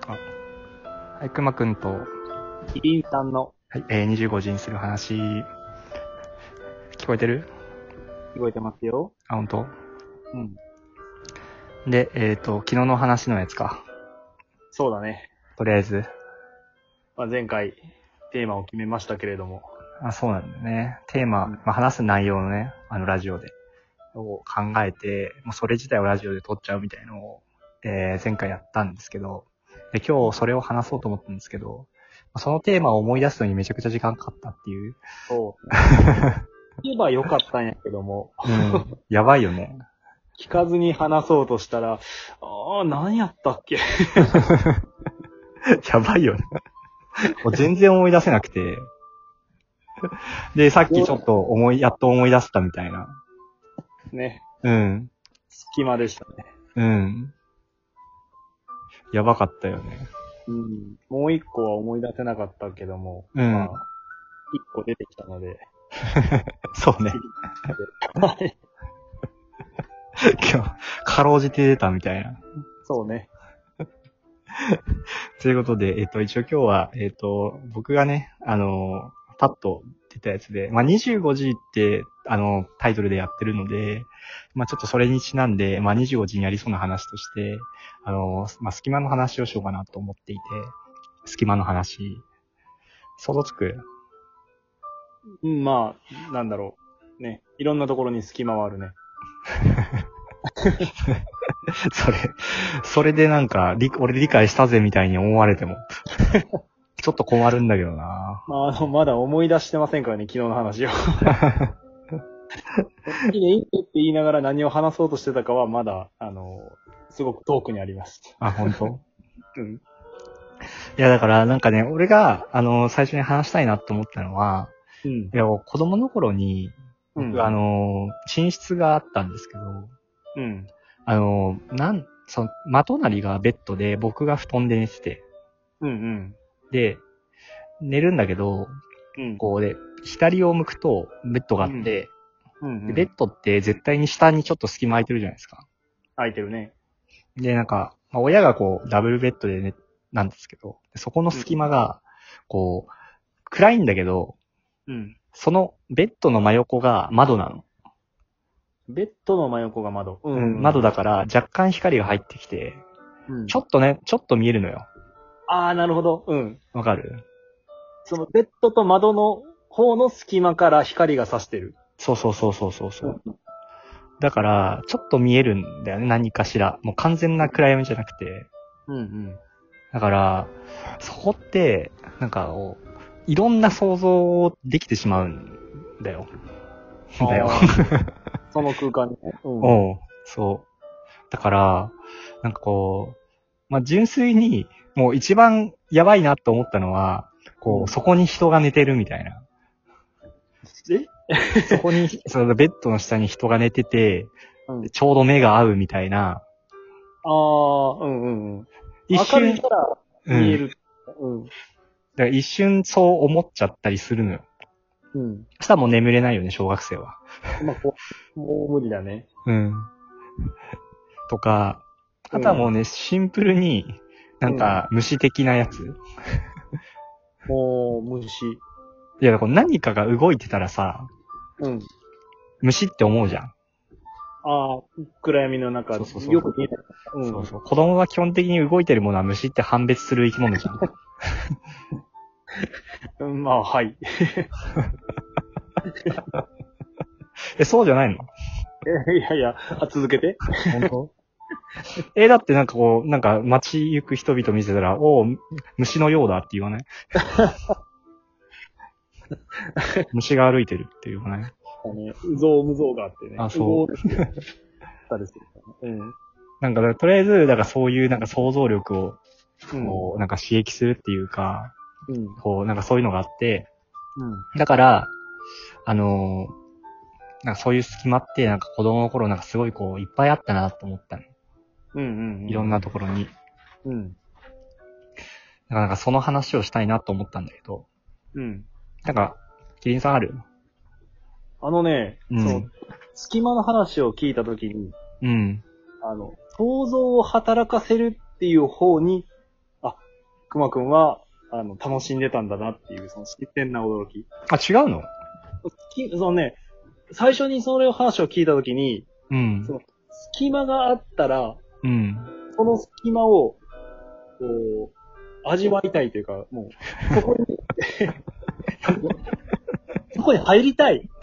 か。はい、くまくんと、 キリンさんの、 はい、25時にする話、聞こえてる？ 聞こえてますよ。 あ、ほんと？ うん。 で、昨日の話のやつか。 そうだね。 とりあえず。 前回、テーマを決めましたけれども。 あ、そうなんだよね。テーマ、 うん話す内容のね、ラジオで、を考えて、もうそれ自体をラジオで撮っちゃうみたいのを、前回やったんですけど、で、今日それを話そうと思ったんですけど、そのテーマを思い出すのにめちゃくちゃ時間かかったっていう。 そう。言えばよかったんやけども、 うん。やばいよね。 聞かずに話そうとしたら、何やったっけやばいよね。もう全然思い出せなくて。で、さっきちょっとやっと思い出したみたいな。 ね。 うん。 隙間でしたね。 うん。やばかったよね。 うん。もう一個は思い出せなかったけども、 うん一個出てきたので。 そうね。 はい。 今日、かろうじて出たみたいな。 そうね。 ということで、一応今日は、僕がね、パッと出たやつで、25時って、タイトルでやってるので、ちょっとそれにちなんで、25時にやりそうな話として、隙間の話をしようかなと思っていて、隙間の話、想像つく？ うん、なんだろう。ね。いろんなところに隙間はあるね。 それでなんか、俺理解したぜみたいに思われても、ちょっと困るんだけどな。 まだ思い出してませんからね、昨日の話を。いいね、いいねって言いながら何を話そうとしてたかはまだ、すごく遠くにあります。 あ、本当？ うん。 いや、だからなんかね、俺が、最初に話したいなと思ったのは、 うん。 いや、子供の頃に、僕、 うん寝室があったんですけど、 うん。 ま隣がベッドで、僕が布団で寝てて、 うんで、寝るんだけど、 うん。 こうで、左を向くとベッドがあって、でベッドって絶対に下にちょっと隙間空いてるじゃないですか。 空いてるね。 で、なんか、親がこう、ダブルベッドで寝、なんですけど、そこの隙間が、こう、暗いんだけど、 うん。 そのベッドの真横が窓なの。 ベッドの真横が窓。 窓だから若干光が入ってきて、 うん。 ちょっと見えるのよ。 なるほど。うん。 わかる？ そのベッドと窓の方の隙間から光が差してる。 そう。だから、ちょっと見えるんだよね、何かしら。もう完全な暗闇じゃなくて。だから、そこって、なんかいろんな想像できてしまうんだよ。 その空間に。 おう、そう。だから、なんかこう、純粋に、もう一番やばいなと思ったのは、そこに人が寝てるみたいな。そこに、そのベッドの下に人が寝てて、ちょうど目が合うみたいな。一瞬、 明るいから見える。 だから一瞬そう思っちゃったりするのよ。そしたらもう眠れないよね、小学生は。 もう無理だね。 とか、あとはもうね、シンプルに、なんか、虫的なやつ。 虫。 いや、何かが動いてたらさ、虫って思うじゃん。 暗闇の中、 そうよく見えない。 子供は基本的に動いてるものは虫って判別する生き物じゃん。 はい。 そうじゃないの？ いや、続けて。 本当？だってなんか街行く人々見せたら、虫のようだって言わない？虫が歩いてるって言わない？ うぞうむぞうがあってね。 そう。 うん。 なんか、とりあえず、だからそういうなんか想像力を、なんか刺激するっていうか、なんかそういうのがあって、だから、なんかそういう隙間って、なんか子供の頃なんかすごいいっぱいあったなと思ったの。いろんなところに。だからなんかその話をしたいなと思ったんだけど、なんか、キリンさんある？ 隙間の話を聞いたときに、 うん。 想像を働かせるっていう方に、 熊くんは、楽しんでたんだなっていう、その新鮮な驚き。 あ、違うの？ そのね、最初にそれを話を聞いたときに、 うん。 その隙間があったら、 うん。 その隙間を、こう、味わいたいというか、もう、そこに、そこに入りたい。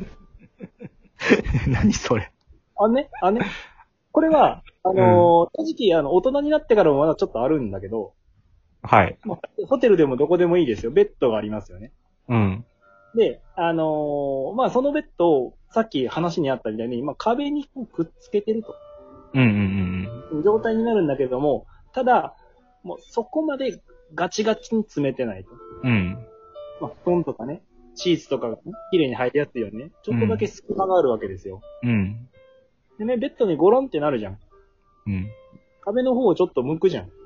何それ。 これは、正直、大人になってからもまだちょっとあるんだけど、 はい。 まあホテルでもどこでもいいですよ。ベッドがありますよね。 うん。 で、まあ、そのベッドを、さっき話にあったみたいに、まあ、壁にこうくっつけてると。 うんうん状態になるんだけども、ただ、もうそこまでガチガチに詰めてないと。 うん。うん。 まあ、布団とかね、シーツとかがね、綺麗に入りやすいようにね、ちょっとだけ隙間があるわけですよ。 うん。 でね、ベッドにゴロンってなるじゃん。 うん。 壁の方をちょっと向くじゃん。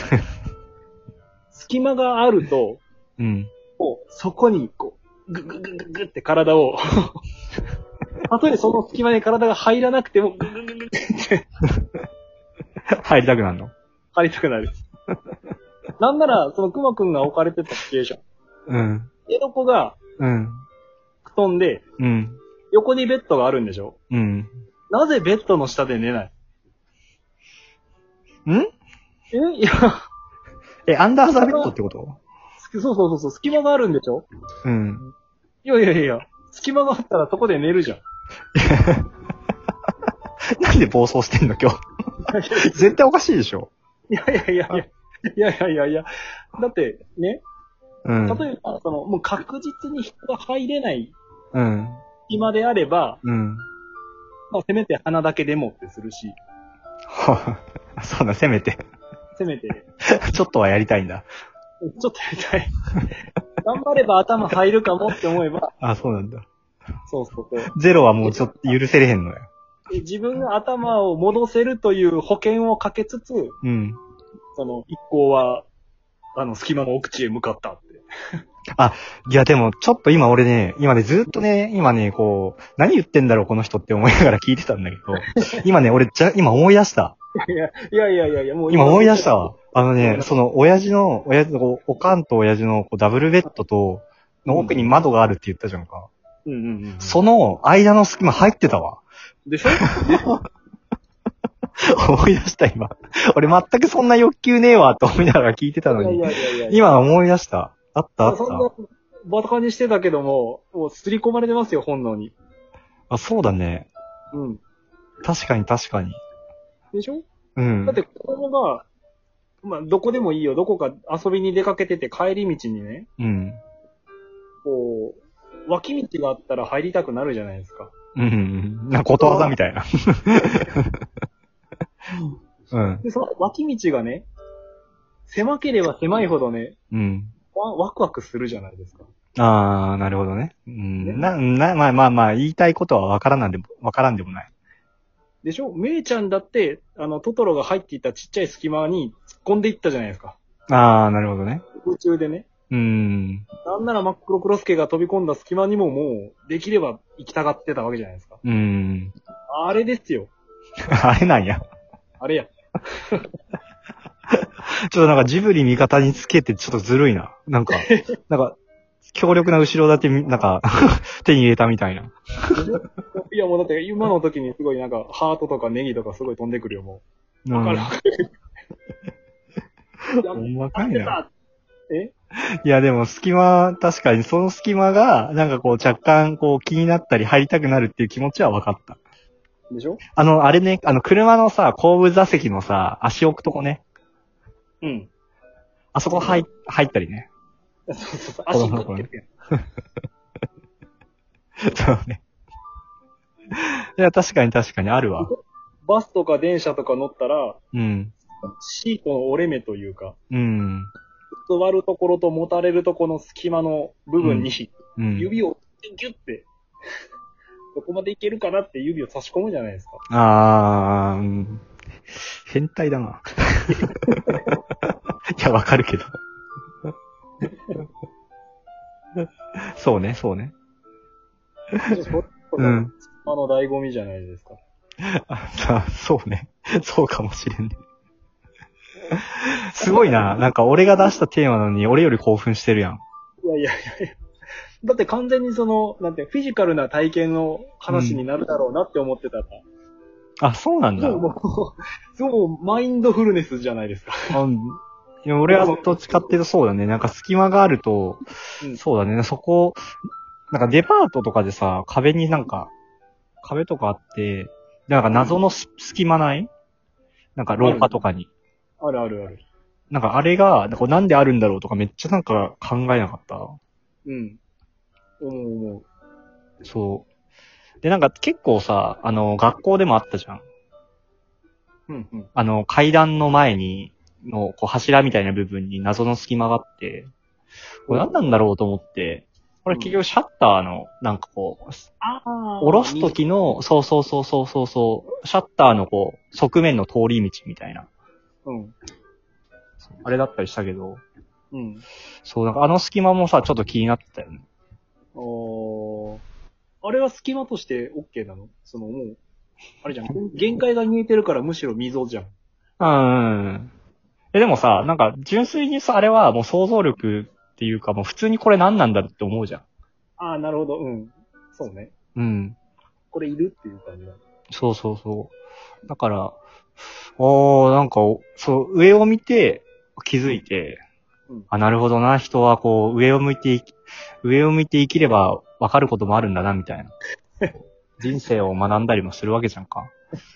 隙間があると、 うん。 こう、そこに、こう、グググググって体を、たとえその隙間に体が入らなくても、グググググって入りたくなるの？ 入りたくなる。なんなら、その熊くんが置かれてたシチュエーション。 うん。 寝床がうん。 布団で、 うん。 横にベッドがあるんでしょ？ うん。 なぜベッドの下で寝ない？ ん？ いや、 アンダーザベッドってこと？ そう、隙間があるんでしょ？ うん。 いや、隙間があったらそこで寝るじゃん。 なんで暴走してんの今日。絶対おかしいでしょ。 いや。だって、ね、 うん。 例えば、もう確実に人が入れないうん。 隙間であれば、 うん。 まあ、せめて鼻だけでもってするし、 そうだ、せめて。 せめて、 ちょっとはやりたいんだ。 ちょっとやりたい。頑張れば頭入るかもって思えば、 あ、そうなんだ。 そう。 ゼロはもうちょっと許せれへんのよ。 自分が頭を戻せるという保険をかけつつ、 うん。 一行は、隙間の奥地へ向かったって。 いやでも、ちょっと今俺ね、ずっとね、こう、何言ってんだろうこの人って思いながら聞いてたんだけど、今ね、今思い出した。 いや、もう今思い出したわ。その、親父の、おかんと親父のこうダブルベッドと、の奥に窓があるって言ったじゃんか。その間の隙間入ってたわ。 でしょ思い出した今。俺全くそんな欲求ねえわと思いながら聞いてたのに。 いや。 今思い出した。あった。 そんな、バカにしてたけどもう刷り込まれてますよ、本能に。 あ、そうだね。 うん。 確かに。 でしょ？ うん。 だって子供が、まあ、どこでもいいよ、どこか遊びに出かけてて帰り道にね、 うん。 こう、脇道があったら入りたくなるじゃないですか。 なんかことわざみたいな。うん。 で、その脇道がね、狭ければ狭いほどね、 うん。 ワクワクするじゃないですか。 あー、なるほどね。まあ、言いたいことはわからんでもない。 でしょ？めいちゃんだって、トトロが入っていたちっちゃい隙間に突っ込んでいったじゃないですか。 あー、なるほどね。 空中でね。なんなら真っ黒クロスケが飛び込んだ隙間にももう、できれば行きたがってたわけじゃないですか。あれですよ。 あれなんや。 あれや。 ちょっとなんかジブリ味方につけてちょっとずるいな。なんか、強力な後ろ盾手に入れたみたいな。 いやもうだって今の時にすごいなんかハートとかネギとかすごい飛んでくるよ、もう。わかる。 ほんまかいな。 え？ いやでも確かにその隙間が、なんかこう若干こう気になったり入りたくなるっていう気持ちは分かった。 でしょ？ あれね、車のさ、後部座席のさ、足置くとこね。 うん。 あそこ入ったりね。 そう、足グッて。 そうね。いや、確かにあるわ。 バスとか電車とか乗ったら、 うん。 シートの折れ目というか、 うん。 座るところと持たれるところの隙間の部分に、指をギュッて、どこまでいけるかなって指を差し込むじゃないですか。 変態だな。いや、わかるけど。そうね。 うん。醍醐味じゃないですか。 そうね。そうかもしれんね。 すごいな。なんか俺が出したテーマなのに俺より興奮してるやん。 いやいやいやいや。だって完全にその、なんて、フィジカルな体験の話になるだろうなって思ってたから。 あ、そうなんだ。 そうマインドフルネスじゃないですか。 いや俺はどっちかっていうとそうだね。なんか隙間があると、そうだね。そこ、なんかデパートとかでさ、壁になんか、壁とかあって、なんか謎の隙間ないなんか廊下とかに。 あるあるある。 なんかあれが、なんであるんだろうとかめっちゃなんか考えなかった。 うん。思う。 そう。で、なんか結構さ、学校でもあったじゃん。 うん。 階段の前の、柱みたいな部分に謎の隙間があって、これ何なんだろうと思って、これ結局シャッターの、なんかこう、下ろす時の、そう、シャッターの側面の通り道みたいな。 うん。 あれだったりしたけど、 うん。 そう、なんかあの隙間もさ、ちょっと気になってたよね。 あれは隙間として OK なの？そのもう、あれじゃん。限界が見えてるからむしろ溝じゃん。 うん。でもさ、なんか純粋にさ、あれはもう想像力っていうかもう普通にこれ何なんだろうって思うじゃん。 ああ、なるほど。うん。そうね。 うん。 これいるっていう感じだ。 そう。だから、なんか、そう、上を見て気づいて、なるほどな、人は上を向いて生きれば分かることもあるんだな、みたいな。人生を学んだりもするわけじゃんか。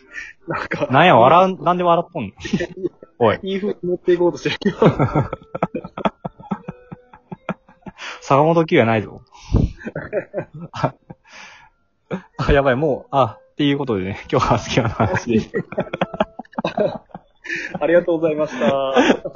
なんで笑っとんのおい。 いい風に持っていこうとしてるけど。 坂本九はないぞ。やばい、もう、っていうことでね、今日は好きな話でした。 ありがとうございました。